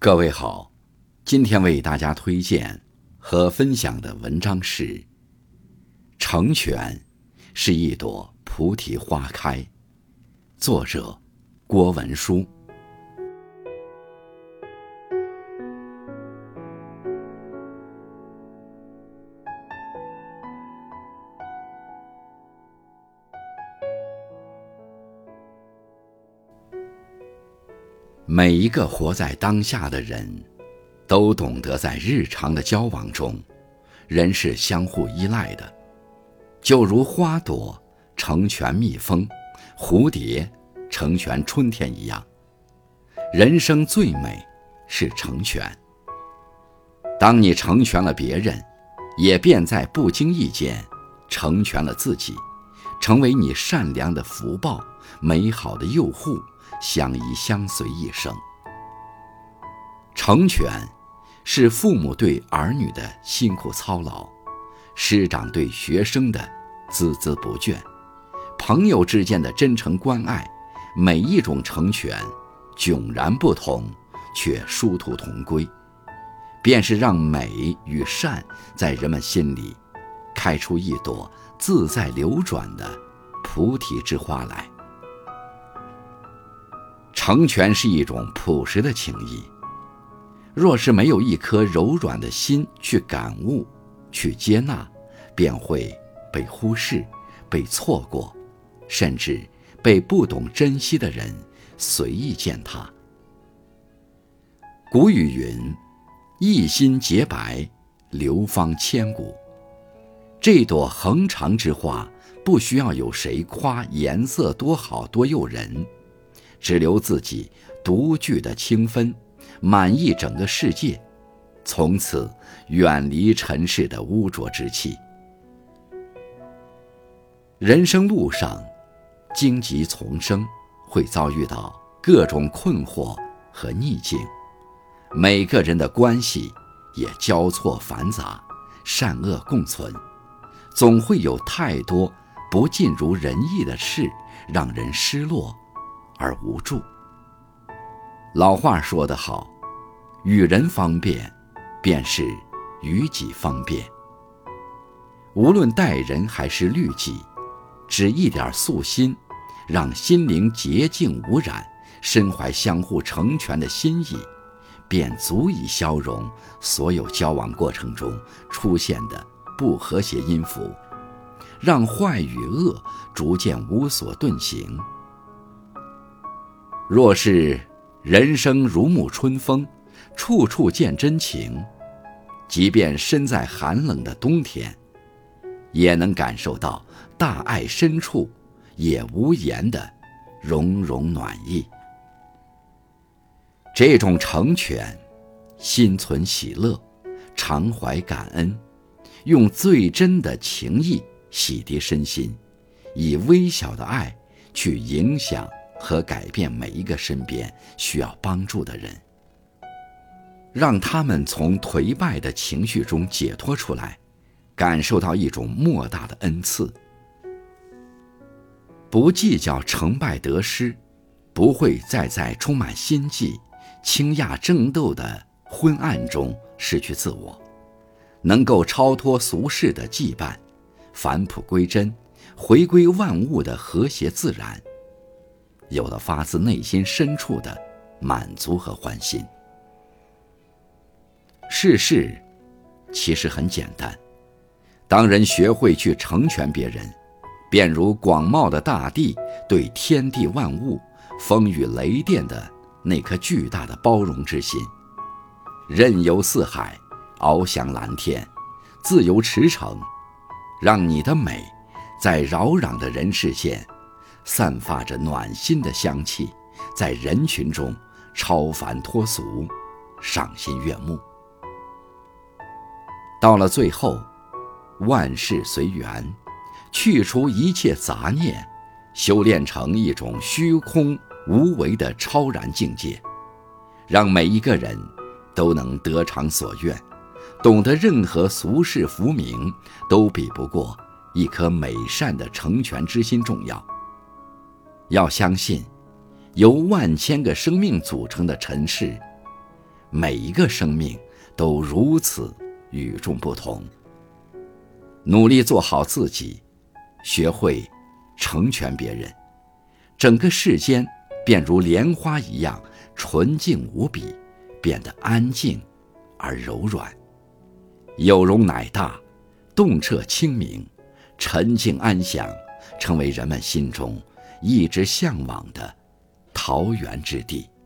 各位好，今天为大家推荐和分享的文章是《成全是一朵菩提花开》，作者郭文书。每一个活在当下的人，都懂得在日常的交往中，人是相互依赖的。就如花朵成全蜜蜂，蝴蝶成全春天一样，人生最美是成全。当你成全了别人，也便在不经意间成全了自己，成为你善良的福报，美好的诱护，相依相随一生。成全是父母对儿女的辛苦操劳，师长对学生的孜孜不倦，朋友之间的真诚关爱，每一种成全迥然不同，却殊途同归，便是让美与善在人们心里开出一朵自在流转的菩提之花来。成全是一种朴实的情谊，若是没有一颗柔软的心去感悟，去接纳，便会被忽视，被错过，甚至被不懂珍惜的人随意践踏。古语云：一心洁白，流芳千古。这朵恒长之花，不需要有谁夸颜色多好多诱人，只留自己独具的清芬，满溢整个世界，从此远离尘世的污浊之气。人生路上荆棘丛生，会遭遇到各种困惑和逆境，每个人的关系也交错繁杂，善恶共存，总会有太多不尽如人意的事，让人失落而无助。老话说得好，与人方便，便是与己方便。无论待人还是律己，只一点素心，让心灵洁净无染，身怀相互成全的心意，便足以消融所有交往过程中出现的不和谐音符，让坏与恶逐渐无所遁形。若是人生如沐春风，处处见真情，即便身在寒冷的冬天，也能感受到大爱深处也无言的融融暖意。这种成全，心存喜乐，常怀感恩，用最真的情意洗涤身心，以微小的爱去影响和改变每一个身边需要帮助的人，让他们从颓败的情绪中解脱出来，感受到一种莫大的恩赐。不计较成败得失，不会再在充满心计、倾轧争斗的昏暗中失去自我，能够超脱俗世的羁绊，返璞归真，回归万物的和谐自然，有了发自内心深处的满足和欢心。世事其实很简单，当人学会去成全别人，便如广袤的大地对天地万物、风雨雷电的那颗巨大的包容之心，任由四海，翱翔蓝天，自由驰骋，让你的美在扰攘的人世间散发着暖心的香气，在人群中超凡脱俗，赏心悦目。到了最后，万事随缘，去除一切杂念，修炼成一种虚空无为的超然境界，让每一个人都能得偿所愿，懂得任何俗世浮名都比不过一颗美善的成全之心重要。要相信，由万千个生命组成的尘世， 每一个生命都如此与众不同。努力做好自己，学会成全别人，整个世间便如莲花一样纯净无比，变得安静而柔软。有容乃大，洞彻清明，沉静安详，成为人们心中一直向往的桃源之地。